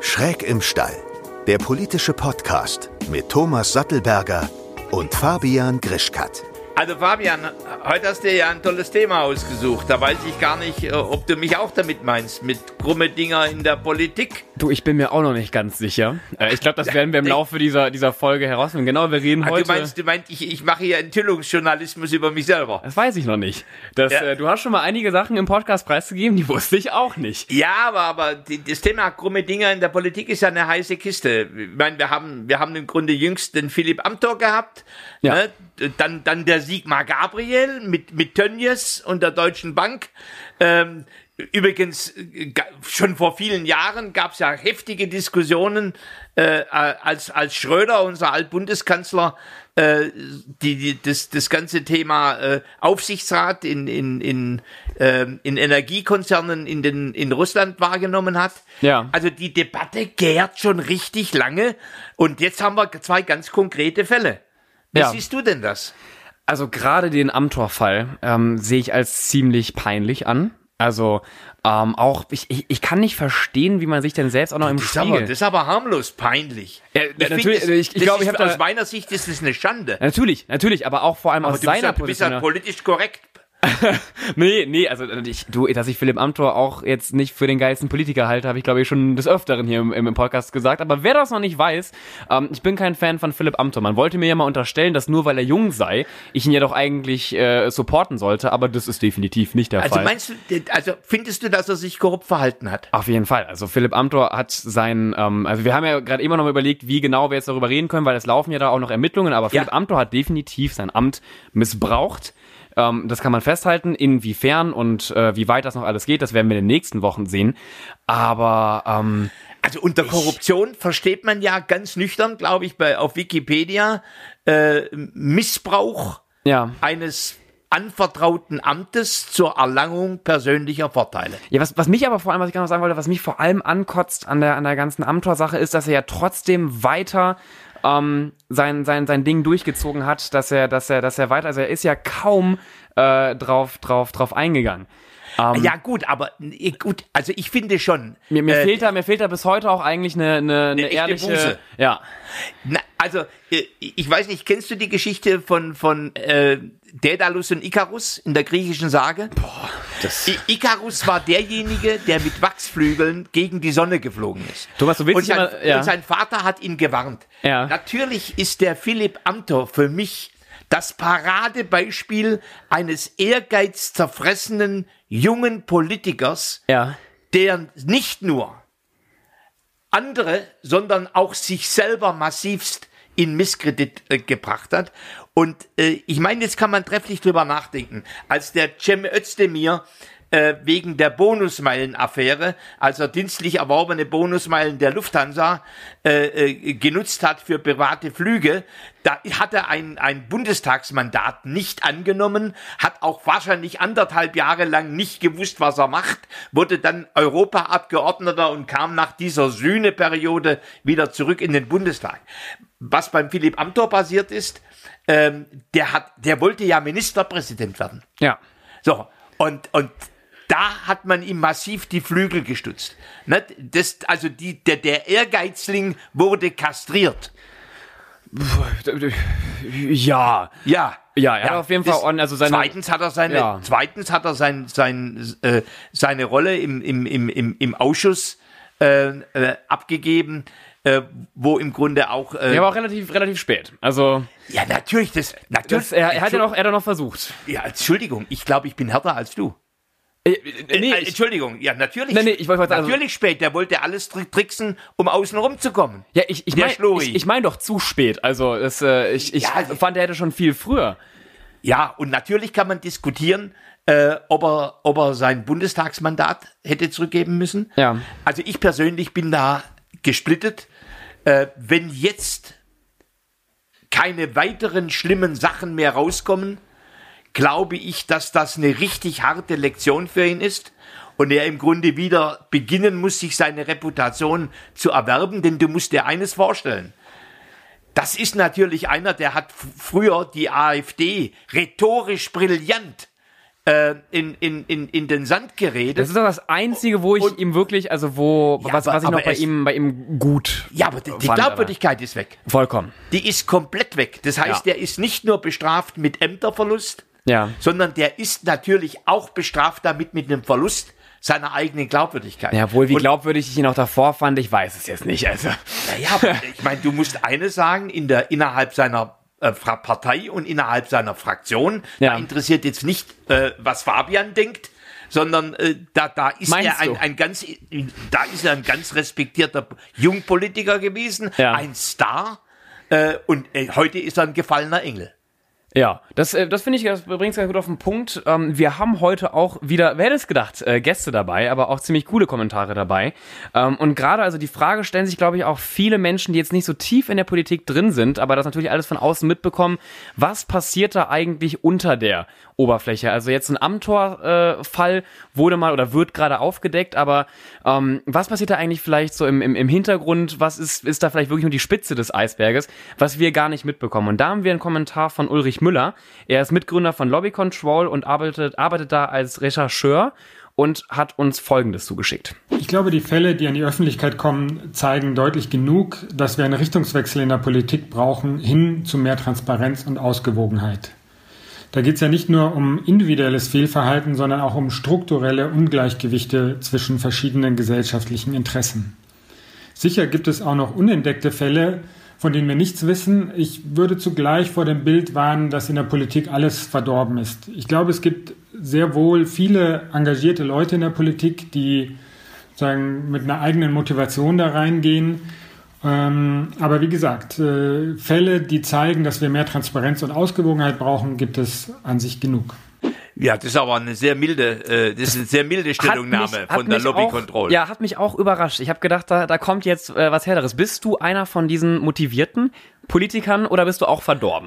Schräg im Stall, der politische Podcast mit Thomas Sattelberger und Fabian Grischkat. Also Fabian, heute hast du ja ein tolles Thema ausgesucht. Da weiß ich gar nicht, ob du mich auch damit meinst, mit krumme Dinger in der Politik. Du, ich bin mir auch noch nicht ganz sicher. Ich glaube, das werden wir im Laufe dieser Folge herausfinden. Genau, wir reden heute... Du meinst, ich mache hier Enthüllungsjournalismus über mich selber. Das weiß ich noch nicht. Du hast schon mal einige Sachen im Podcast preisgegeben, die wusste ich auch nicht. Ja, aber das Thema krumme Dinger in der Politik ist ja eine heiße Kiste. Ich meine, wir haben im Grunde jüngst den Philipp Amthor gehabt, ja. Ne? Dann der Sigmar Gabriel mit Tönnies und der Deutschen Bank. Übrigens, schon vor vielen Jahren gab es ja heftige Diskussionen, als Schröder, unser Altbundeskanzler, das ganze Thema Aufsichtsrat in Energiekonzernen in Russland wahrgenommen hat. Ja. Also die Debatte gärt schon richtig lange und jetzt haben wir zwei ganz konkrete Fälle. Wie siehst du denn das? Also gerade den Amthor-Fall sehe ich als ziemlich peinlich an. Also auch, ich kann nicht verstehen, wie man sich denn selbst auch noch im Spiegel... Das ist aber harmlos peinlich. Ja, natürlich, ich glaube, aus meiner Sicht ist es eine Schande. Natürlich, aber auch vor allem aus seiner Position. Du bist ja politisch korrekt. Nee, also dass ich Philipp Amthor auch jetzt nicht für den geilsten Politiker halte, habe ich glaube ich schon des Öfteren hier im Podcast gesagt. Aber wer das noch nicht weiß, ich bin kein Fan von Philipp Amthor. Man wollte mir ja mal unterstellen, dass nur weil er jung sei, ich ihn ja doch eigentlich supporten sollte, aber das ist definitiv nicht der Fall. Findest du, dass er sich korrupt verhalten hat? Auf jeden Fall. Also Philipp Amthor hat also wir haben ja gerade immer noch mal überlegt, wie genau wir jetzt darüber reden können, weil es laufen ja da auch noch Ermittlungen, aber Philipp Amthor hat definitiv sein Amt missbraucht. Das kann man festhalten, inwiefern und wie weit das noch alles geht, das werden wir in den nächsten Wochen sehen. Aber also unter Korruption versteht man ja ganz nüchtern, glaube ich, auf Wikipedia, Missbrauch eines anvertrauten Amtes zur Erlangung persönlicher Vorteile. Ja, was mich aber vor allem, was ich gerade noch sagen wollte, was mich vor allem ankotzt an der ganzen Amthor-Sache ist, dass er ja trotzdem weiter sein Ding durchgezogen hat, dass er weiter, also er ist ja kaum drauf eingegangen. Ja gut, also ich finde schon. Mir fehlt da bis heute auch eigentlich eine ehrliche Buße. Ja. Also ich weiß nicht, kennst du die Geschichte von Daedalus und Ikarus in der griechischen Sage? Boah, Ikarus war derjenige, der mit Wachsflügeln gegen die Sonne geflogen ist. Thomas, du willst und sein Vater hat ihn gewarnt. Ja. Natürlich ist der Philipp Amthor für mich das Paradebeispiel eines ehrgeizzerfressenen jungen Politikers, der nicht nur andere, sondern auch sich selber massivst in Misskredit gebracht hat. Und ich meine, jetzt kann man trefflich drüber nachdenken, als der Cem Özdemir wegen der Bonusmeilen-Affäre, als er dienstlich erworbene Bonusmeilen der Lufthansa genutzt hat für private Flüge, da hat er ein Bundestagsmandat nicht angenommen, hat auch wahrscheinlich 1,5 Jahre lang nicht gewusst, was er macht, wurde dann Europaabgeordneter und kam nach dieser Sühneperiode wieder zurück in den Bundestag. Was beim Philipp Amthor passiert ist, der wollte ja Ministerpräsident werden. Ja. So, und da hat man ihm massiv die Flügel gestutzt. Der Ehrgeizling wurde kastriert. Ja, er hat auf jeden Fall Zweitens hat er seine Rolle im Ausschuss abgegeben, wo im Grunde auch aber auch relativ spät. Also ja, natürlich. Er hat ja noch versucht. Ja, Entschuldigung, ich glaube, ich bin härter als du. Entschuldigung, ja, natürlich. Ich wollte sagen, natürlich spät, der wollte alles tricksen, um außen rum zu kommen. Ja, ich meine doch zu spät. Also ich fand, er hätte schon viel früher. Ja, und natürlich kann man diskutieren, ob er sein Bundestagsmandat hätte zurückgeben müssen. Ja. Also ich persönlich bin da gesplittet. Wenn jetzt keine weiteren schlimmen Sachen mehr rauskommen, glaube ich, dass das eine richtig harte Lektion für ihn ist und er im Grunde wieder beginnen muss, sich seine Reputation zu erwerben, denn du musst dir eines vorstellen. Das ist natürlich einer, der hat früher die AfD rhetorisch brillant in den Sand geredet. Das ist doch das Einzige, wo ich ihm wirklich, also was ich noch bei ihm gut Ja, aber die Glaubwürdigkeit ist weg. Vollkommen. Die ist komplett weg. Das heißt, der ist nicht nur bestraft mit Ämterverlust, sondern der ist natürlich auch bestraft damit mit einem Verlust seiner eigenen Glaubwürdigkeit. Ja, wohl, wie glaubwürdig ich ihn auch davor fand, ich weiß es jetzt nicht. Also. Naja, ich meine, du musst eines sagen, innerhalb seiner Partei und innerhalb seiner Fraktion, da interessiert jetzt nicht, was Fabian denkt, sondern da ist er ein ganz respektierter Jungpolitiker gewesen, ein Star, und heute ist er ein gefallener Engel. Ja, das finde ich, das bringt es ganz gut auf den Punkt. Wir haben heute auch wieder, wer hätte es gedacht, Gäste dabei, aber auch ziemlich coole Kommentare dabei. Und gerade also die Frage stellen sich, glaube ich, auch viele Menschen, die jetzt nicht so tief in der Politik drin sind, aber das natürlich alles von außen mitbekommen. Was passiert da eigentlich unter der Oberfläche? Also jetzt ein Amthor-Fall wurde mal oder wird gerade aufgedeckt, aber was passiert da eigentlich vielleicht so im Hintergrund? Was ist da vielleicht wirklich nur die Spitze des Eisberges, was wir gar nicht mitbekommen? Und da haben wir einen Kommentar von Ulrich Müller. Er ist Mitgründer von Lobby Control und arbeitet da als Rechercheur und hat uns Folgendes zugeschickt. Ich glaube, die Fälle, die an die Öffentlichkeit kommen, zeigen deutlich genug, dass wir einen Richtungswechsel in der Politik brauchen, hin zu mehr Transparenz und Ausgewogenheit. Da geht es ja nicht nur um individuelles Fehlverhalten, sondern auch um strukturelle Ungleichgewichte zwischen verschiedenen gesellschaftlichen Interessen. Sicher gibt es auch noch unentdeckte Fälle, von denen wir nichts wissen. Ich würde zugleich vor dem Bild warnen, dass in der Politik alles verdorben ist. Ich glaube, es gibt sehr wohl viele engagierte Leute in der Politik, die sagen, mit einer eigenen Motivation da reingehen. Aber wie gesagt, Fälle, die zeigen, dass wir mehr Transparenz und Ausgewogenheit brauchen, gibt es an sich genug. Ja, das ist aber eine sehr milde, Stellungnahme von der Lobby Control. Ja, hat mich auch überrascht. Ich habe gedacht, da kommt jetzt was Härteres. Bist du einer von diesen motivierten Politikern oder bist du auch verdorben?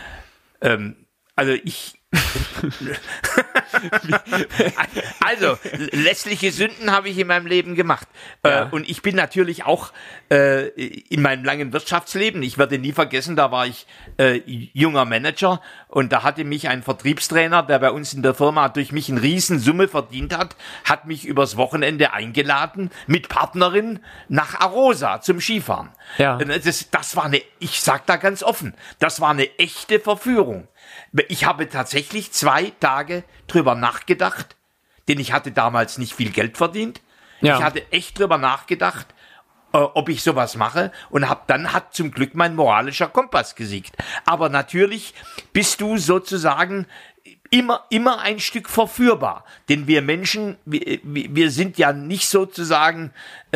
Also, lässliche Sünden habe ich in meinem Leben gemacht. Und ich bin natürlich auch in meinem langen Wirtschaftsleben, ich werde nie vergessen, da war ich junger Manager und da hatte mich ein Vertriebstrainer, der bei uns in der Firma durch mich eine Riesensumme verdient hat mich übers Wochenende eingeladen mit Partnerin nach Arosa zum Skifahren. Ja. Das war ich sag da ganz offen, das war eine echte Verführung. Ich habe tatsächlich 2 Tage drüber nachgedacht, denn ich hatte damals nicht viel Geld verdient. Ja. Ich hatte echt drüber nachgedacht, ob ich sowas mache und dann hat zum Glück mein moralischer Kompass gesiegt. Aber natürlich bist du sozusagen immer ein Stück verführbar, denn wir Menschen, wir sind ja nicht sozusagen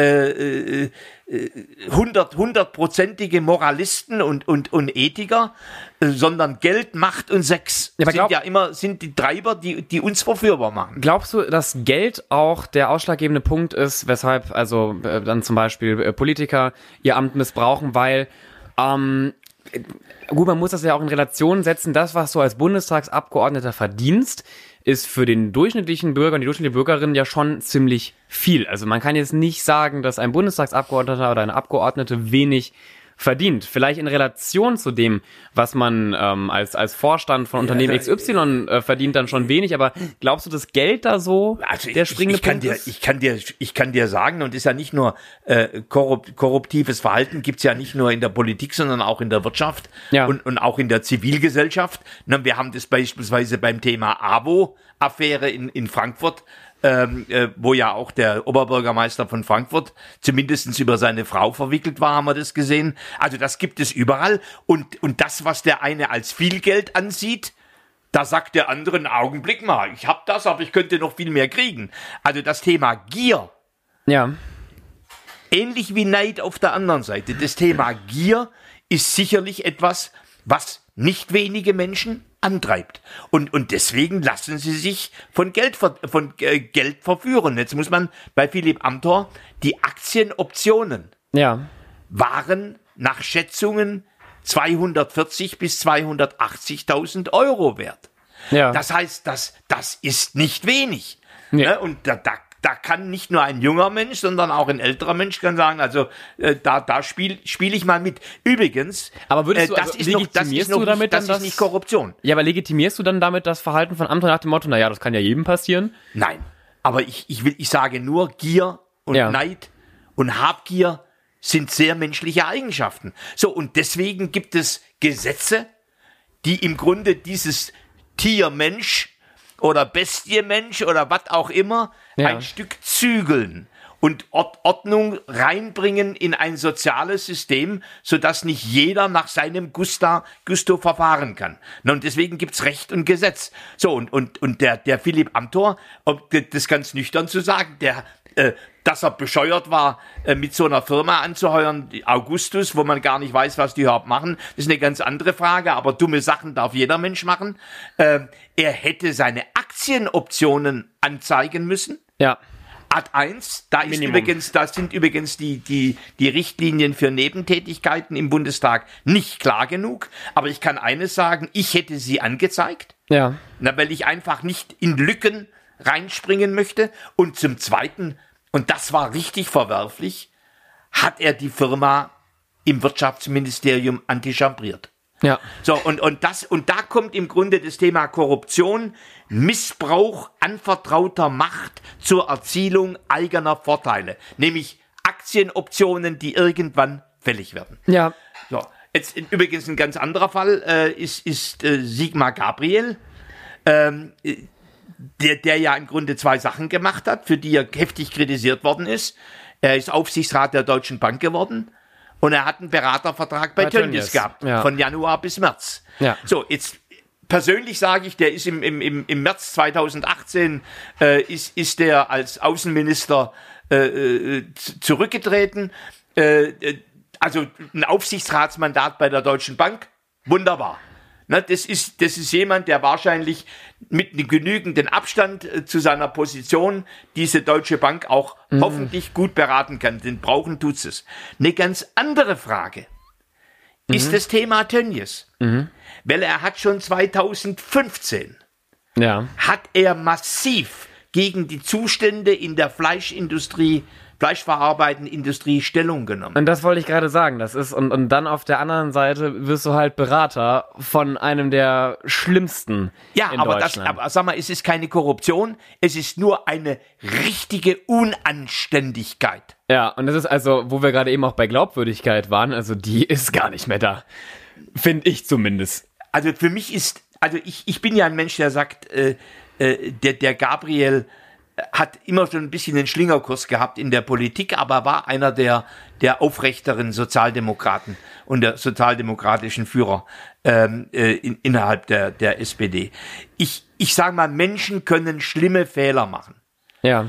hundertprozentige Moralisten und Ethiker, sondern Geld, Macht und Sex sind die Treiber, die uns verführbar machen. Glaubst du, dass Geld auch der ausschlaggebende Punkt ist, weshalb also dann zum Beispiel Politiker ihr Amt missbrauchen, weil gut, man muss das ja auch in Relation setzen. Das, was du als Bundestagsabgeordneter verdienst, ist für den durchschnittlichen Bürger und die durchschnittliche Bürgerin ja schon ziemlich viel. Also man kann jetzt nicht sagen, dass ein Bundestagsabgeordneter oder eine Abgeordnete wenig verdient. Vielleicht in Relation zu dem, was man als Vorstand von Unternehmen XY verdient, dann schon wenig. Aber glaubst du, das Geld da so der springende Punkt ist? Ich kann dir sagen, und ist ja nicht nur korruptives Verhalten, gibt's ja nicht nur in der Politik, sondern auch in der Wirtschaft und auch in der Zivilgesellschaft. Wir haben das beispielsweise beim Thema AWO-Affäre in Frankfurt, wo ja auch der Oberbürgermeister von Frankfurt zumindest über seine Frau verwickelt war, haben wir das gesehen. Also das gibt es überall. Und das, was der eine als viel Geld ansieht, da sagt der andere, einen Augenblick mal, ich hab das, aber ich könnte noch viel mehr kriegen. Also das Thema Gier, ähnlich wie Neid auf der anderen Seite, das Thema Gier ist sicherlich etwas, was nicht wenige Menschen antreibt. Und deswegen lassen sie sich von Geld verführen. Jetzt muss man bei Philipp Amthor, die Aktienoptionen waren nach Schätzungen 240 bis 280.000 Euro wert. Ja. Das heißt, das ist nicht wenig. Ja. Und Da kann nicht nur ein junger Mensch, sondern auch ein älterer Mensch kann sagen, also da spiel ich mal mit. Übrigens, aber würdest du, das ist nicht Korruption. Ja, aber legitimierst du dann damit das Verhalten von Amthor nach dem Motto, naja, das kann ja jedem passieren? Nein, aber ich sage nur, Gier und Neid und Habgier sind sehr menschliche Eigenschaften. So, und deswegen gibt es Gesetze, die im Grunde dieses Tier Mensch oder Bestie Mensch oder was auch immer ein Stück zügeln und Ordnung reinbringen in ein soziales System, sodass nicht jeder nach seinem Gusto verfahren kann. Und deswegen gibt's Recht und Gesetz. So, und der Philipp Amthor, um das ganz nüchtern zu sagen, dass er bescheuert war, mit so einer Firma anzuheuern, die Augustus, wo man gar nicht weiß, was die überhaupt machen, das ist eine ganz andere Frage, aber dumme Sachen darf jeder Mensch machen. Er hätte seine Aktienoptionen anzeigen müssen. Ja. Ad 1, da sind übrigens die Richtlinien für Nebentätigkeiten im Bundestag nicht klar genug, aber ich kann eines sagen, ich hätte sie angezeigt, weil ich einfach nicht in Lücken reinspringen möchte. Und zum Zweiten, und das war richtig verwerflich, hat er die Firma im Wirtschaftsministerium antichambriert. Ja. So, und da kommt im Grunde das Thema Korruption, Missbrauch anvertrauter Macht zur Erzielung eigener Vorteile, nämlich Aktienoptionen, die irgendwann fällig werden. Ja. So, jetzt übrigens ein ganz anderer Fall ist Sigmar Gabriel, der ja im Grunde 2 Sachen gemacht hat, für die er heftig kritisiert worden ist. Er ist Aufsichtsrat der Deutschen Bank geworden und er hat einen Beratervertrag bei Tönnies gehabt, von Januar bis März. Ja. So, jetzt persönlich sage ich, der ist im März 2018 ist der als Außenminister zurückgetreten. Also ein Aufsichtsratsmandat bei der Deutschen Bank, wunderbar. Das ist jemand, der wahrscheinlich mit einem genügenden Abstand zu seiner Position diese Deutsche Bank auch hoffentlich gut beraten kann. Denn brauchen tut's es. Eine ganz andere Frage ist das Thema Tönnies. Weil er hat schon 2015 hat er massiv gegen die Zustände in der fleischverarbeitenden Industrie Stellung genommen. Und das wollte ich gerade sagen. Das ist, und dann auf der anderen Seite wirst du halt Berater von einem der schlimmsten in Deutschland. Aber sag mal, es ist keine Korruption, es ist nur eine richtige Unanständigkeit. Ja, und das ist also, wo wir gerade eben auch bei Glaubwürdigkeit waren, also die ist gar nicht mehr da. Finde ich zumindest. Also für mich ich bin ja ein Mensch, der sagt, der Gabriel hat immer schon ein bisschen den Schlingerkurs gehabt in der Politik, aber war einer der aufrechteren Sozialdemokraten und der sozialdemokratischen Führer innerhalb der SPD. Ich sage mal, Menschen können schlimme Fehler machen. Ja.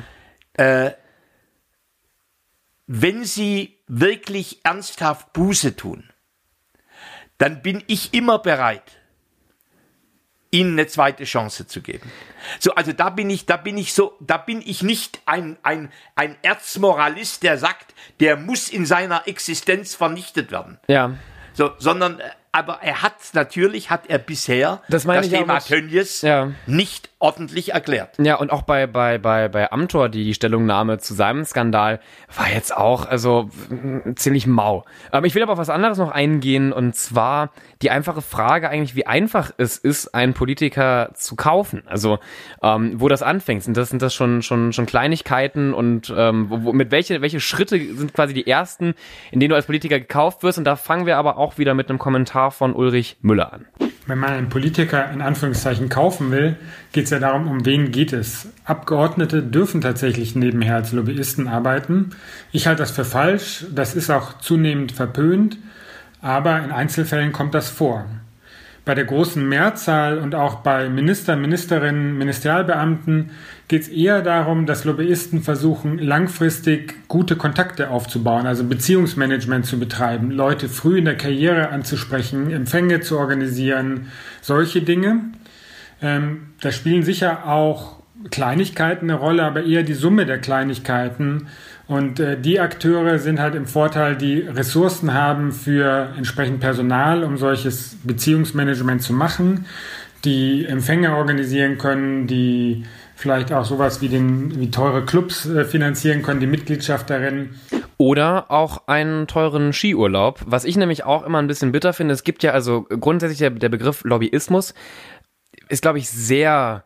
Wenn sie wirklich ernsthaft Buße tun, dann bin ich immer bereit, ihnen eine zweite Chance zu geben. So, also da bin ich nicht ein Erzmoralist, der sagt, der muss in seiner Existenz vernichtet werden. Ja. So, sondern, aber er hat bisher das Thema Tönnies nicht ordentlich erklärt. Ja, und auch bei Amthor, die Stellungnahme zu seinem Skandal war jetzt auch, also ziemlich mau. Ich will aber auf was anderes noch eingehen, und zwar die einfache Frage eigentlich, wie einfach es ist, einen Politiker zu kaufen. Also, wo das anfängt. Sind das schon Kleinigkeiten, und welche Schritte sind quasi die ersten, in denen du als Politiker gekauft wirst? Und da fangen wir aber auch wieder mit einem Kommentar von Ulrich Müller an. Wenn man einen Politiker in Anführungszeichen kaufen will, geht es ja darum, um wen geht es. Abgeordnete dürfen tatsächlich nebenher als Lobbyisten arbeiten. Ich halte das für falsch, das ist auch zunehmend verpönt, aber in Einzelfällen kommt das vor. Bei der großen Mehrzahl und auch bei Ministern, Ministerinnen, Ministerialbeamten geht es eher darum, dass Lobbyisten versuchen, langfristig gute Kontakte aufzubauen, also Beziehungsmanagement zu betreiben, Leute früh in der Karriere anzusprechen, Empfänge zu organisieren, solche Dinge. Da spielen sicher auch Kleinigkeiten eine Rolle, aber eher die Summe der Kleinigkeiten. Und die Akteure sind halt im Vorteil, die Ressourcen haben für entsprechend Personal, um solches Beziehungsmanagement zu machen, die Empfänge organisieren können, die vielleicht auch sowas wie teure Clubs finanzieren können, die Mitgliedschaft darin. Oder auch einen teuren Skiurlaub. Was ich nämlich auch immer ein bisschen bitter finde, es gibt ja also grundsätzlich der Begriff Lobbyismus ist, glaube ich, sehr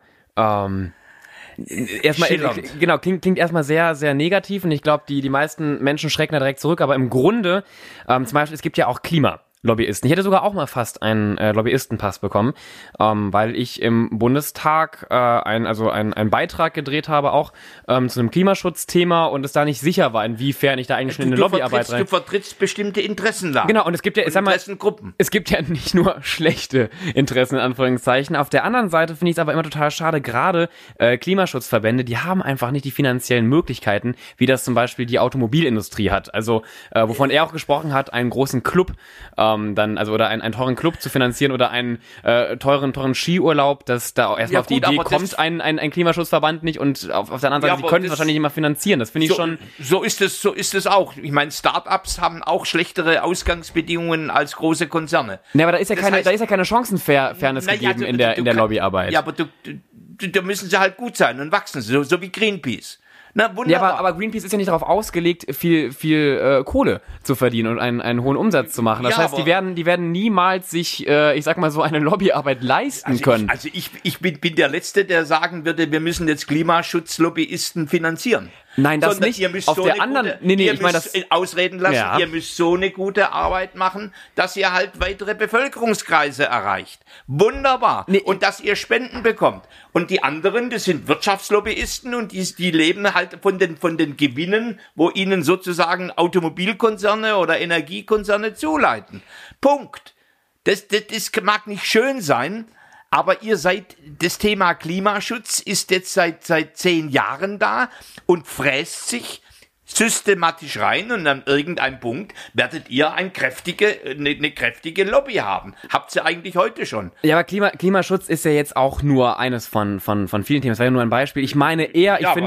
erstmal genau klingt erstmal sehr, sehr negativ und ich glaube, die meisten Menschen schrecken da direkt zurück, aber im Grunde, zum Beispiel, es gibt ja auch Klimalobbyisten. Ich hätte sogar auch mal fast einen Lobbyistenpass bekommen, weil ich im Bundestag einen Beitrag gedreht habe, auch zu einem Klimaschutzthema und es da nicht sicher war, inwiefern ich da eigentlich schon in eine Lobbyarbeit rein... Du vertrittst bestimmte Interessenlagen. Genau, und es gibt ja, Interessengruppen. Es gibt ja nicht nur schlechte Interessen, in Anführungszeichen. Auf der anderen Seite finde ich es aber immer total schade, gerade Klimaschutzverbände, die haben einfach nicht die finanziellen Möglichkeiten, wie das zum Beispiel die Automobilindustrie hat. Also, wovon er auch gesprochen hat, einen großen Club oder einen teuren Club zu finanzieren oder einen teuren Skiurlaub, dass da auch erstmal auf die Idee kommt, ein Klimaschutzverband nicht und auf der anderen Seite, sie können es wahrscheinlich nicht mal finanzieren. Das finde ich schon... So ist es auch. Ich meine, Start-ups haben auch schlechtere Ausgangsbedingungen als große Konzerne. Ne, aber da ist ja keine Chancenfairness gegeben in der Lobbyarbeit. Ja, aber da müssen sie halt gut sein und wachsen, so wie Greenpeace. Na, wunderbar. Ja, aber Greenpeace ist ja nicht darauf ausgelegt, viel Kohle zu verdienen und einen hohen Umsatz zu machen. Das heißt, die werden niemals sich, ich sag mal so, eine Lobbyarbeit leisten können. Ich bin der Letzte, der sagen würde, wir müssen jetzt Klimaschutzlobbyisten finanzieren. Nein, das nicht. Ihr müsst auf der anderen, ich meine das ausreden lassen. Ja. Ihr müsst so eine gute Arbeit machen, dass ihr halt weitere Bevölkerungskreise erreicht. Wunderbar. Und dass ihr Spenden bekommt. Und die anderen, das sind Wirtschaftslobbyisten und die leben halt von den Gewinnen, wo ihnen sozusagen Automobilkonzerne oder Energiekonzerne zuleiten. Punkt. Das mag nicht schön sein. Aber das Thema Klimaschutz ist jetzt seit 10 Jahren da und fräst sich systematisch rein und an irgendeinem Punkt werdet ihr eine kräftige Lobby haben. Habt ihr eigentlich heute schon. Ja, aber Klimaschutz ist ja jetzt auch nur eines von vielen Themen. Das war ja nur ein Beispiel. Ich meine eher, wir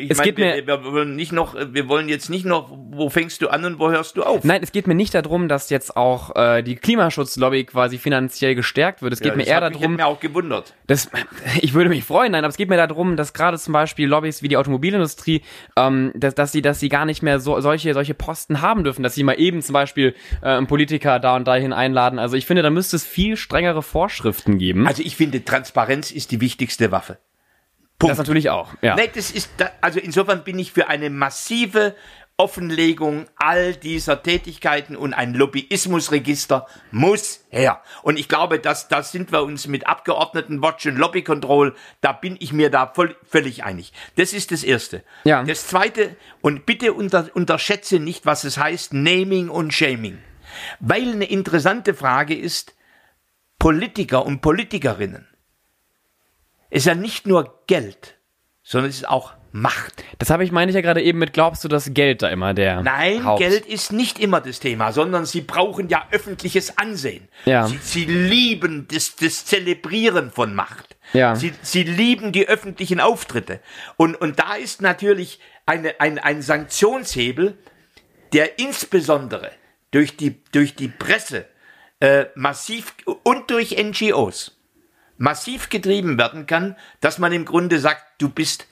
wollen jetzt nicht noch, wo fängst du an und wo hörst du auf? Nein, es geht mir nicht darum, dass jetzt auch die Klimaschutzlobby quasi finanziell gestärkt wird. Es geht mir eher darum... Ich hätte mir auch gewundert. Ich würde mich freuen, nein, aber es geht mir darum, dass gerade zum Beispiel Lobbys wie die Automobilindustrie, dass sie gar nicht mehr solche Posten haben dürfen, dass sie mal eben zum Beispiel einen Politiker da und dahin einladen. Also ich finde, da müsste es viel strengere Vorschriften geben. Also ich finde, Transparenz ist die wichtigste Waffe. Punkt. Das natürlich auch, ja. Nee, also insofern bin ich für eine massive Offenlegung all dieser Tätigkeiten und ein Lobbyismusregister muss her. Und ich glaube, da sind wir uns mit Abgeordnetenwatch und Lobby Control, da bin ich mir da völlig einig. Das ist das Erste. Ja. Das Zweite, und bitte unterschätze nicht, was es heißt, Naming und Shaming. Weil eine interessante Frage ist, Politiker und Politikerinnen, ist ja nicht nur Geld, sondern es ist auch Macht. Das meine ich ja gerade eben mit, glaubst du, dass Geld da immer Nein, Geld ist nicht immer das Thema, sondern sie brauchen ja öffentliches Ansehen. Ja. Sie lieben das Zelebrieren von Macht. Ja. Sie lieben die öffentlichen Auftritte. Und da ist natürlich ein Sanktionshebel, der insbesondere durch die Presse massiv und durch NGOs massiv getrieben werden kann, dass man im Grunde sagt, du bist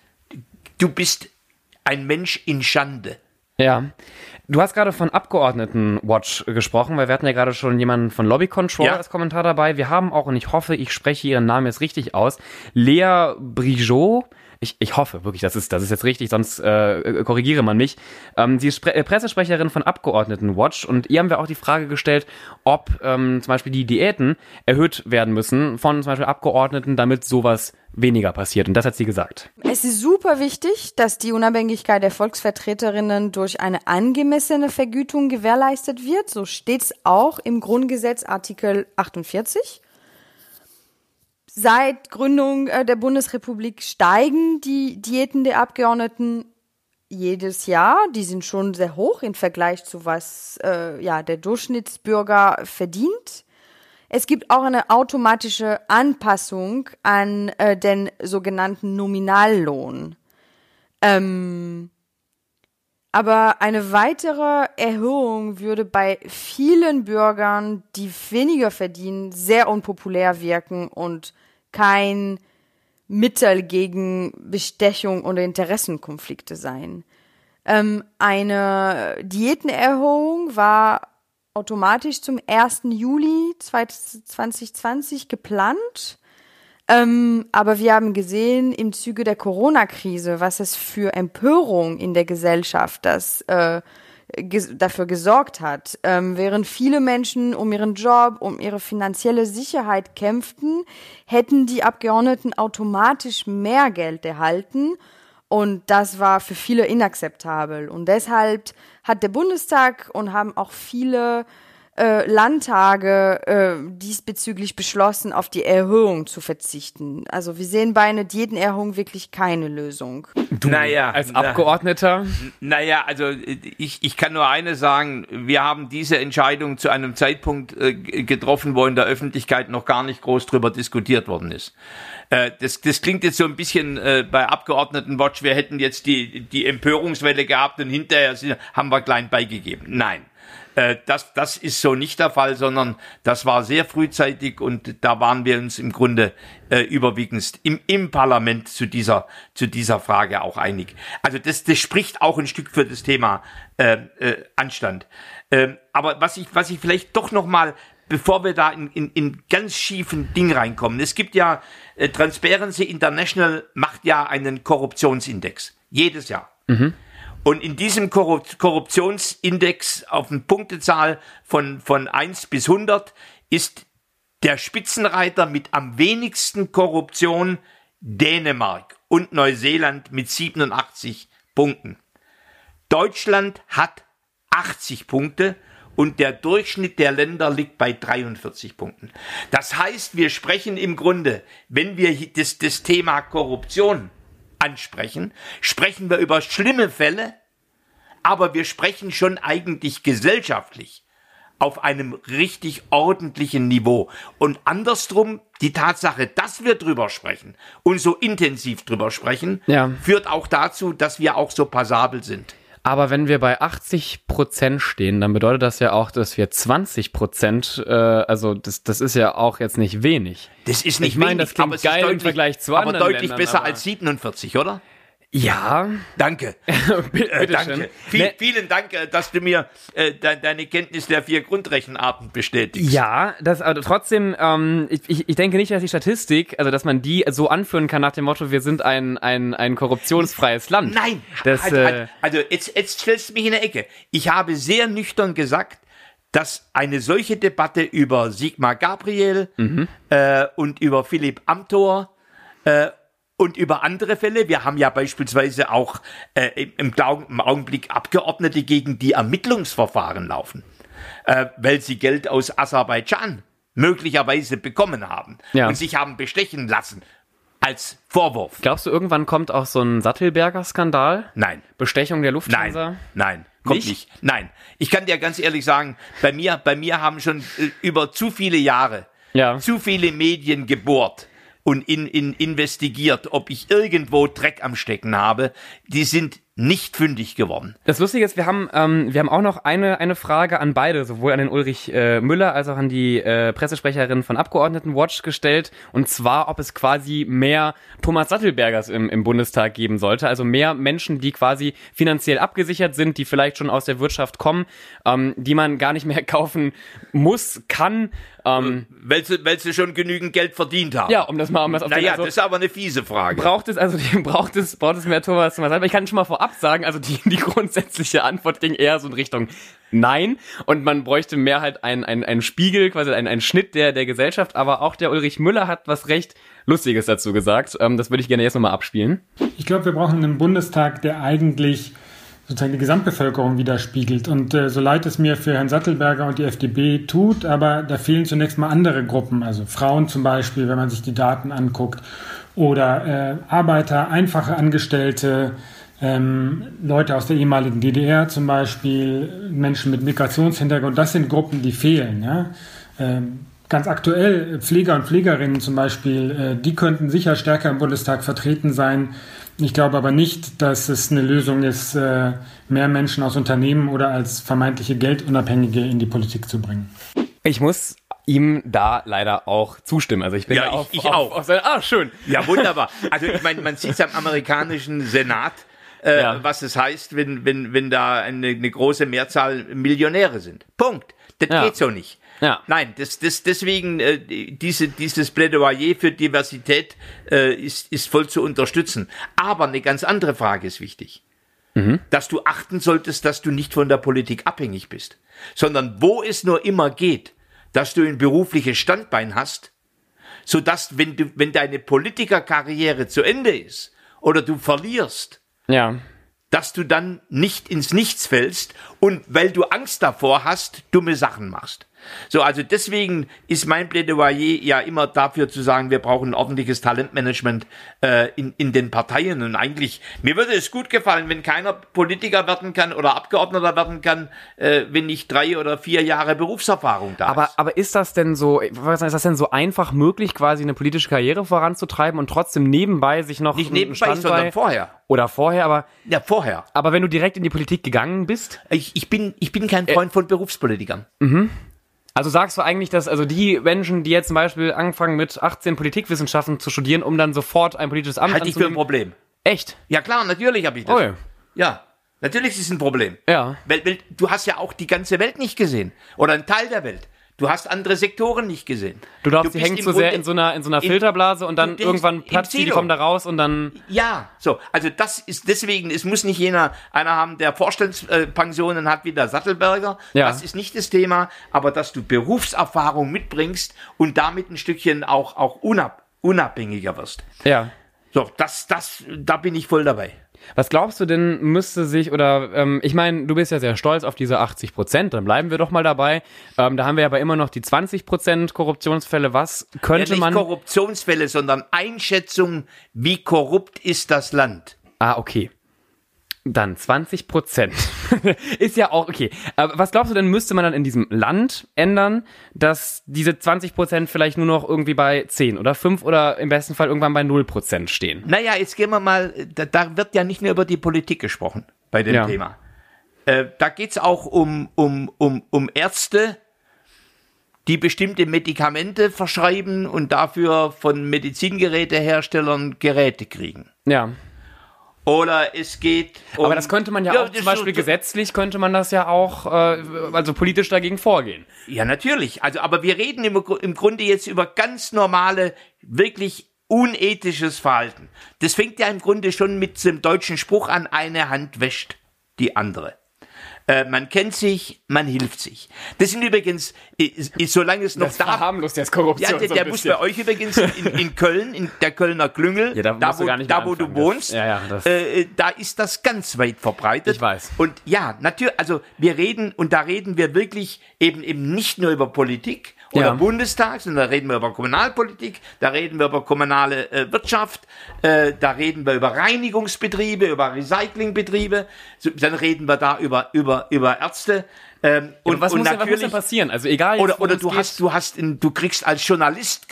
ein Mensch in Schande. Ja. Du hast gerade von Abgeordnetenwatch gesprochen, weil wir hatten ja gerade schon jemanden von Lobby Control als Kommentar dabei. Wir haben auch, und ich hoffe, ich spreche ihren Namen jetzt richtig aus, Lea Brigeaud. Ich hoffe wirklich, das ist jetzt richtig, sonst korrigiere man mich. Sie ist Pressesprecherin von Abgeordnetenwatch und ihr haben wir auch die Frage gestellt, ob zum Beispiel die Diäten erhöht werden müssen von zum Beispiel Abgeordneten, damit sowas weniger passiert. Und das hat sie gesagt. Es ist super wichtig, dass die Unabhängigkeit der Volksvertreterinnen durch eine angemessene Vergütung gewährleistet wird. So steht es auch im Grundgesetz Artikel 48. Seit Gründung der Bundesrepublik steigen die Diäten der Abgeordneten jedes Jahr. Die sind schon sehr hoch im Vergleich zu was der Durchschnittsbürger verdient. Es gibt auch eine automatische Anpassung an den sogenannten Nominallohn. Aber eine weitere Erhöhung würde bei vielen Bürgern, die weniger verdienen, sehr unpopulär wirken und kein Mittel gegen Bestechung oder Interessenkonflikte sein. Eine Diätenerhöhung war automatisch zum 1. Juli 2020 geplant. Aber wir haben gesehen im Zuge der Corona-Krise, was es für Empörung in der Gesellschaft dafür gesorgt hat. Während viele Menschen um ihren Job, um ihre finanzielle Sicherheit kämpften, hätten die Abgeordneten automatisch mehr Geld erhalten. Und das war für viele inakzeptabel. Und deshalb hat der Bundestag und haben auch viele Landtage diesbezüglich beschlossen, auf die Erhöhung zu verzichten. Also wir sehen bei einer Diätenerhöhung wirklich keine Lösung. Als Abgeordneter? Also ich kann nur eines sagen, wir haben diese Entscheidung zu einem Zeitpunkt getroffen, wo in der Öffentlichkeit noch gar nicht groß drüber diskutiert worden ist. Das klingt jetzt so ein bisschen bei Abgeordnetenwatch, wir hätten jetzt die Empörungswelle gehabt und hinterher haben wir klein beigegeben. Nein. Das ist so nicht der Fall, sondern das war sehr frühzeitig und da waren wir uns im Grunde überwiegend im Parlament zu dieser Frage auch einig. Also das spricht auch ein Stück für das Thema Anstand. Aber was ich vielleicht doch noch mal, bevor wir da in ganz schiefen Ding reinkommen, es gibt ja, Transparency International macht ja einen Korruptionsindex, jedes Jahr. Mhm. Und in diesem Korruptionsindex auf eine Punktezahl von 1 bis 100 ist der Spitzenreiter mit am wenigsten Korruption Dänemark und Neuseeland mit 87 Punkten. Deutschland hat 80 Punkte und der Durchschnitt der Länder liegt bei 43 Punkten. Das heißt, wir sprechen im Grunde, wenn wir das Thema Korruption ansprechen, sprechen wir über schlimme Fälle, aber wir sprechen schon eigentlich gesellschaftlich auf einem richtig ordentlichen Niveau. Und andersrum, die Tatsache, dass wir drüber sprechen und so intensiv drüber sprechen, führt auch dazu, dass wir auch so passabel sind. Aber wenn wir bei 80% stehen, dann bedeutet das ja auch, dass wir 20%, also das ist ja auch jetzt nicht wenig. Das ist nicht ich meine, wenig, das klingt geil im Vergleich zu anderen aber deutlich Ländern, besser als 47, oder? Ja. Danke. Danke. Vielen Dank, dass du mir deine Kenntnis der 4 Grundrechenarten bestätigst. Ja, aber trotzdem, ich denke nicht, dass die Statistik, also dass man die so anführen kann nach dem Motto, wir sind ein korruptionsfreies Land. Nein, also jetzt stellst du mich in eine Ecke. Ich habe sehr nüchtern gesagt, dass eine solche Debatte über Sigmar Gabriel und über Philipp Amthor und über andere Fälle, wir haben ja beispielsweise auch im Augenblick Abgeordnete, gegen die Ermittlungsverfahren laufen, weil sie Geld aus Aserbaidschan möglicherweise bekommen haben und sich haben bestechen lassen als Vorwurf. Glaubst du, irgendwann kommt auch so ein Sattelberger-Skandal? Nein. Bestechung der Lufthansa? Nein. Kommt nicht. Nein. Ich kann dir ganz ehrlich sagen, bei mir haben schon über zu viele Jahre zu viele Medien gebohrt und investigiert, ob ich irgendwo Dreck am Stecken habe. Die sind nicht fündig geworden. Das Lustige ist, wir haben auch noch eine Frage an beide, sowohl an den Ulrich Müller als auch an die Pressesprecherin von Abgeordnetenwatch gestellt, und zwar, ob es quasi mehr Thomas Sattelbergers im Bundestag geben sollte, also mehr Menschen, die quasi finanziell abgesichert sind, die vielleicht schon aus der Wirtschaft kommen, die man gar nicht mehr kaufen muss, kann. Weil sie schon genügend Geld verdient haben. Ja, um das auf Naja, also, das ist aber eine fiese Frage. Braucht es mehr Thomas Sattelberger? Ich kann schon mal vorab sagen, also die grundsätzliche Antwort ging eher so in Richtung Nein, und man bräuchte mehr halt einen Spiegel, quasi einen Schnitt der Gesellschaft, aber auch der Ulrich Müller hat was recht Lustiges dazu gesagt. Das würde ich gerne jetzt nochmal abspielen. Ich glaube, wir brauchen einen Bundestag, der eigentlich sozusagen die Gesamtbevölkerung widerspiegelt. Und so leid es mir für Herrn Sattelberger und die FDP tut, aber da fehlen zunächst mal andere Gruppen, also Frauen zum Beispiel, wenn man sich die Daten anguckt, oder Arbeiter, einfache Angestellte, Leute aus der ehemaligen DDR zum Beispiel, Menschen mit Migrationshintergrund, das sind Gruppen, die fehlen. Ja? Ganz aktuell, Pfleger und Pflegerinnen zum Beispiel, die könnten sicher stärker im Bundestag vertreten sein. Ich glaube aber nicht, dass es eine Lösung ist, mehr Menschen aus Unternehmen oder als vermeintliche Geldunabhängige in die Politik zu bringen. Ich muss ihm da leider auch zustimmen. Also ich bin ja, ich auch. Schön. Ja, wunderbar. Also ich meine, man sieht es am amerikanischen Senat, was es heißt, wenn da eine große Mehrzahl Millionäre sind. Punkt. Das geht so nicht. Ja. Nein, deswegen dieses Plädoyer für Diversität ist voll zu unterstützen. Aber eine ganz andere Frage ist wichtig. Dass du achten solltest, dass du nicht von der Politik abhängig bist, sondern wo es nur immer geht, dass du ein berufliches Standbein hast, sodass, wenn deine Politikerkarriere zu Ende ist oder du verlierst, dass du dann nicht ins Nichts fällst und weil du Angst davor hast, dumme Sachen machst. So, also deswegen ist mein Plädoyer ja immer dafür zu sagen, wir brauchen ein ordentliches Talentmanagement in den Parteien. Und eigentlich, mir würde es gut gefallen, wenn keiner Politiker werden kann oder Abgeordneter werden kann, wenn nicht 3 oder 4 Jahre Berufserfahrung da ist. Aber ist das denn so, ist das denn so einfach möglich, quasi eine politische Karriere voranzutreiben und trotzdem nebenbei sich noch nicht nebenbei, sondern vorher. Oder vorher, aber... Ja, vorher. Aber wenn du direkt in die Politik gegangen bist? Ich bin kein Freund von Berufspolitikern. Also sagst du eigentlich, dass also die Menschen, die jetzt zum Beispiel anfangen mit 18 Politikwissenschaften zu studieren, um dann sofort ein politisches Amt anzunehmen? Halte ich für ein Problem. Echt? Ja klar, natürlich habe ich das. Oh ja, natürlich ist es ein Problem. Ja. Weil du hast ja auch die ganze Welt nicht gesehen. Oder einen Teil der Welt. Du hast andere Sektoren nicht gesehen. Du glaubst, die hängen zu sehr in so einer Filterblase und dann irgendwann platzt die kommen da raus und dann... Ja, so. Also das ist deswegen, es muss nicht einer haben, der Vorstandspensionen hat wie der Sattelberger. Ja. Das ist nicht das Thema. Aber dass du Berufserfahrung mitbringst und damit ein Stückchen auch unabhängiger wirst. Ja. So, da bin ich voll dabei. Was glaubst du denn, müsste sich, oder ich meine, du bist ja sehr stolz auf diese 80%, dann bleiben wir doch mal dabei. Da haben wir aber immer noch die 20% Korruptionsfälle. Was könnte man... Nicht Korruptionsfälle, sondern Einschätzung, wie korrupt ist das Land. Ah, okay. Dann 20%. Ist ja auch okay. Aber was glaubst du denn, müsste man dann in diesem Land ändern, dass diese 20% vielleicht nur noch irgendwie bei 10 oder 5 oder im besten Fall irgendwann bei 0% stehen? Naja, jetzt gehen wir mal, da wird ja nicht nur über die Politik gesprochen bei dem Thema. Da geht's auch um Ärzte, die bestimmte Medikamente verschreiben und dafür von Medizingeräteherstellern Geräte kriegen. Ja. Oder es geht um... Aber das könnte man ja auch zum Beispiel gesetzlich, könnte man das ja auch, also politisch dagegen vorgehen. Ja, natürlich. Also, aber wir reden im Grunde jetzt über ganz normale, wirklich unethisches Verhalten. Das fängt ja im Grunde schon mit dem deutschen Spruch an, eine Hand wäscht die andere. Man kennt sich, man hilft sich. Das sind übrigens, solange es noch das verharmlost jetzt Korruption. Ja, der muss bei euch übrigens in Köln, in der Kölner Klüngel, da wo du wohnst, da ist das ganz weit verbreitet. Ich weiß. Und ja, natürlich, also da reden wir wirklich eben nicht nur über Politik oder Bundestag, sondern da reden wir über Kommunalpolitik, da reden wir über kommunale Wirtschaft, da reden wir über Reinigungsbetriebe, über Recyclingbetriebe, dann reden wir da über Ärzte. Und was muss denn passieren? Also egal. Oder du kriegst als Journalist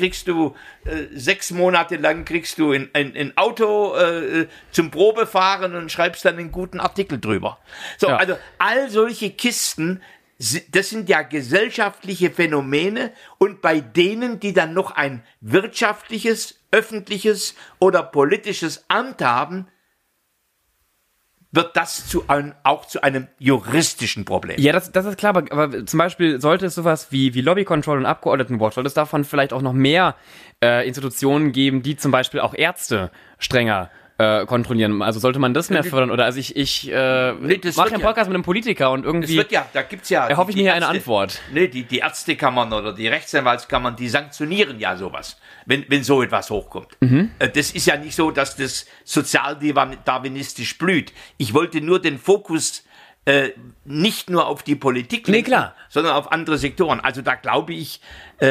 6 Monate lang ein Auto zum Probefahren und schreibst dann einen guten Artikel drüber. So, also all solche Kisten, das sind ja gesellschaftliche Phänomene und bei denen, die dann noch ein wirtschaftliches, öffentliches oder politisches Amt haben, wird das auch zu einem juristischen Problem. Ja, das ist klar, aber zum Beispiel sollte es sowas wie Lobby-Control und Abgeordnetenwatch, sollte es davon vielleicht auch noch mehr Institutionen geben, die zum Beispiel auch Ärzte strenger kontrollieren. Also sollte man das mehr fördern? Oder also ich mache einen Podcast mit einem Politiker und irgendwie da gibt's ja erhoffe ich mir hier eine Antwort. Nee, die Ärztekammern oder die Rechtsanwaltskammern, die sanktionieren ja sowas, wenn so etwas hochkommt. Das ist ja nicht so, dass das sozialdarwinistisch blüht. Ich wollte nur den Fokus nicht nur auf die Politik lenken, sondern auf andere Sektoren. Also da glaube ich,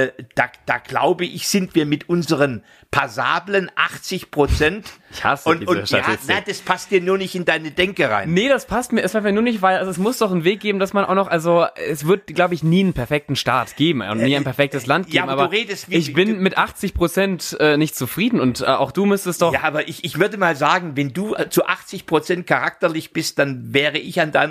sind wir mit unseren passablen 80%. Ich hasse diese Statistik. Das passt dir nur nicht in deine Denke rein. Nee, das passt mir nur nicht, weil es muss doch einen Weg geben, dass man auch noch, also es wird, glaube ich, nie einen perfekten Staat geben und nie ein perfektes Land geben, aber ich bin mit 80% nicht zufrieden und auch du müsstest doch... Ja, aber ich würde mal sagen, wenn du zu 80% charakterlich bist, dann wäre ich an deiner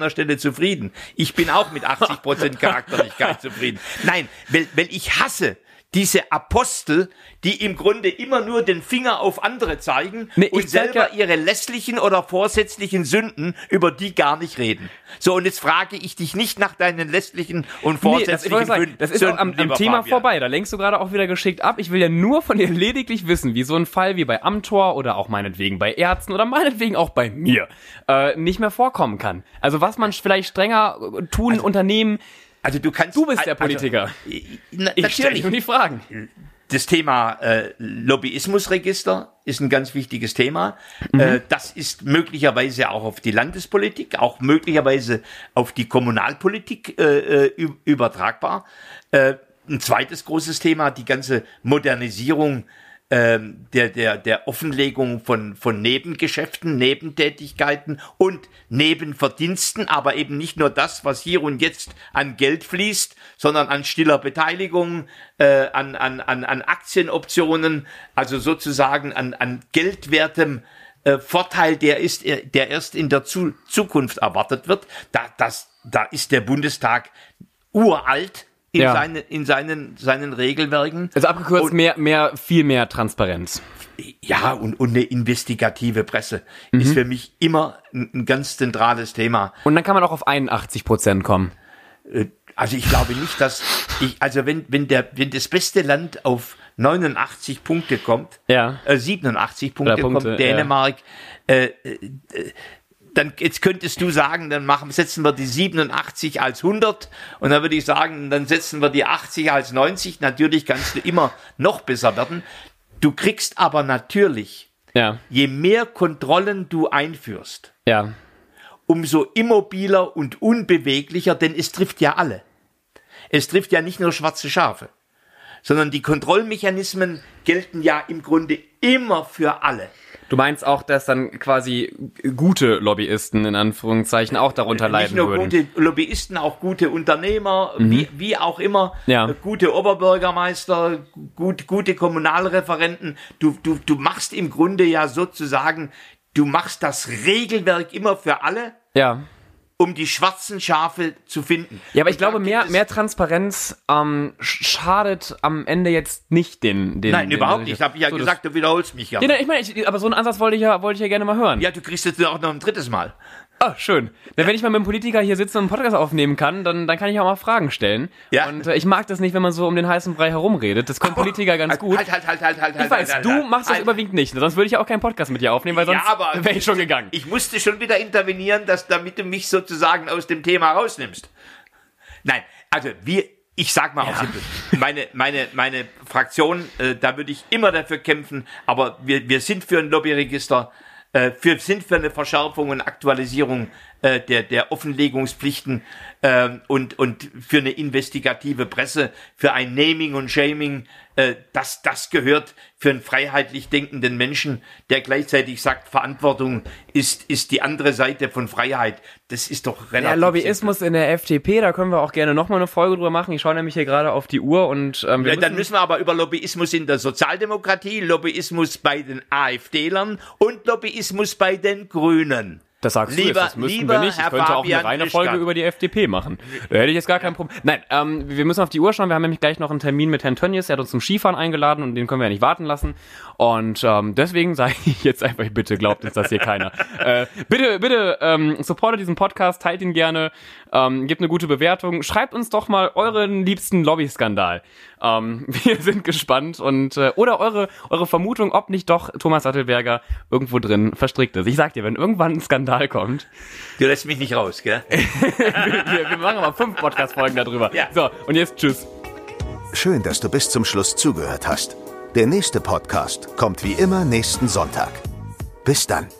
keiner Stelle zufrieden. Ich bin auch mit 80% Charakterlichkeit zufrieden. Nein, weil ich hasse diese Apostel, die im Grunde immer nur den Finger auf andere zeigen und selber ihre lässlichen oder vorsätzlichen Sünden, über die gar nicht reden. So, und jetzt frage ich dich nicht nach deinen lässlichen und vorsätzlichen Sünden. Das ist auch am Thema vorbei. Da lenkst du gerade auch wieder geschickt ab. Ich will ja nur von dir lediglich wissen, wie so ein Fall wie bei Amthor oder auch meinetwegen bei Ärzten oder meinetwegen auch bei mir nicht mehr vorkommen kann. Also was man vielleicht strenger unternehmen. Also du bist der Politiker. Ich stelle nur die Fragen. Das Thema Lobbyismusregister ist ein ganz wichtiges Thema. Das ist möglicherweise auch auf die Landespolitik, auch möglicherweise auf die Kommunalpolitik übertragbar. Ein zweites großes Thema, die ganze Modernisierung der Offenlegung von Nebengeschäften, Nebentätigkeiten und Nebenverdiensten, aber eben nicht nur das, was hier und jetzt an Geld fließt, sondern an stiller Beteiligung, an Aktienoptionen, also sozusagen an geldwertem Vorteil, der erst in der Zukunft erwartet wird. Da ist der Bundestag uralt in seinen Regelwerken. Also abgekürzt, viel mehr Transparenz. Ja, und eine investigative Presse ist für mich immer ein ganz zentrales Thema. Und dann kann man auch auf 81% kommen. Also ich glaube nicht, wenn das beste Land auf 89 Punkte kommt, 87 Punkte kommt, Dänemark, dann jetzt könntest du sagen, setzen wir die 87 als 100 und dann würde ich sagen, dann setzen wir die 80 als 90. Natürlich kannst du immer noch besser werden. Du kriegst aber natürlich, je mehr Kontrollen du einführst, umso immobiler und unbeweglicher, denn es trifft ja alle. Es trifft ja nicht nur schwarze Schafe, sondern die Kontrollmechanismen gelten ja im Grunde immer für alle. Du meinst auch, dass dann quasi gute Lobbyisten in Anführungszeichen auch darunter leiden würden? Nicht nur gute Lobbyisten, auch gute Unternehmer, wie auch immer, gute Oberbürgermeister, gute Kommunalreferenten. Du machst im Grunde ja sozusagen, du machst das Regelwerk immer für alle. Ja. Um die schwarzen Schafe zu finden. Ja, aber ich glaube, mehr Transparenz schadet am Ende jetzt nicht den Nein, überhaupt nicht. Habe ich ja gesagt, du wiederholst mich ja. Ja, ich meine, aber so einen Ansatz wollte ich ja gerne mal hören. Ja, du kriegst jetzt auch noch ein drittes Mal. Ah, schön. Wenn ich mal mit einem Politiker hier sitze und einen Podcast aufnehmen kann, dann kann ich auch mal Fragen stellen. Ja. Und ich mag das nicht, wenn man so um den heißen Brei herumredet. Das können Politiker ganz gut. Halt. Ich weiß, du machst das überwiegend nicht. Sonst würde ich ja auch keinen Podcast mit dir aufnehmen, weil sonst wäre ich schon gegangen. Ich musste schon wieder intervenieren, damit du mich sozusagen aus dem Thema rausnimmst. Nein, also ich sag mal auch simpel, meine Fraktion, da würde ich immer dafür kämpfen, aber wir sind für ein Lobbyregister, sind für eine Verschärfung und Aktualisierung der Offenlegungspflichten und für eine investigative Presse, für ein Naming und Shaming, das gehört für einen freiheitlich denkenden Menschen, der gleichzeitig sagt, Verantwortung ist die andere Seite von Freiheit. Das ist doch relativ. Ja, Lobbyismus simpel. In der FDP, da können wir auch gerne nochmal eine Folge drüber machen. Ich schaue nämlich hier gerade auf die Uhr und dann müssen wir aber über Lobbyismus in der Sozialdemokratie, Lobbyismus bei den AfD-Lern und Lobbyismus bei den Grünen. Das sagst du jetzt, das müssten wir nicht. Ich könnte auch eine reine Folge über die FDP machen. Da hätte ich jetzt gar kein Problem. Nein, wir müssen auf die Uhr schauen. Wir haben nämlich gleich noch einen Termin mit Herrn Tönnies. Der hat uns zum Skifahren eingeladen und den können wir ja nicht warten lassen. Und deswegen sage ich jetzt einfach, bitte glaubt uns das hier keiner. Bitte supportet diesen Podcast, teilt ihn gerne, gebt eine gute Bewertung. Schreibt uns doch mal euren liebsten Lobby-Skandal. Wir sind gespannt und oder eure Vermutung, ob nicht doch Thomas Sattelberger irgendwo drin verstrickt ist. Ich sag dir, wenn irgendwann ein Skandal kommt. Du lässt mich nicht raus, gell? wir machen aber 5 Podcast-Folgen darüber. Ja. So, und jetzt tschüss. Schön, dass du bis zum Schluss zugehört hast. Der nächste Podcast kommt wie immer nächsten Sonntag. Bis dann.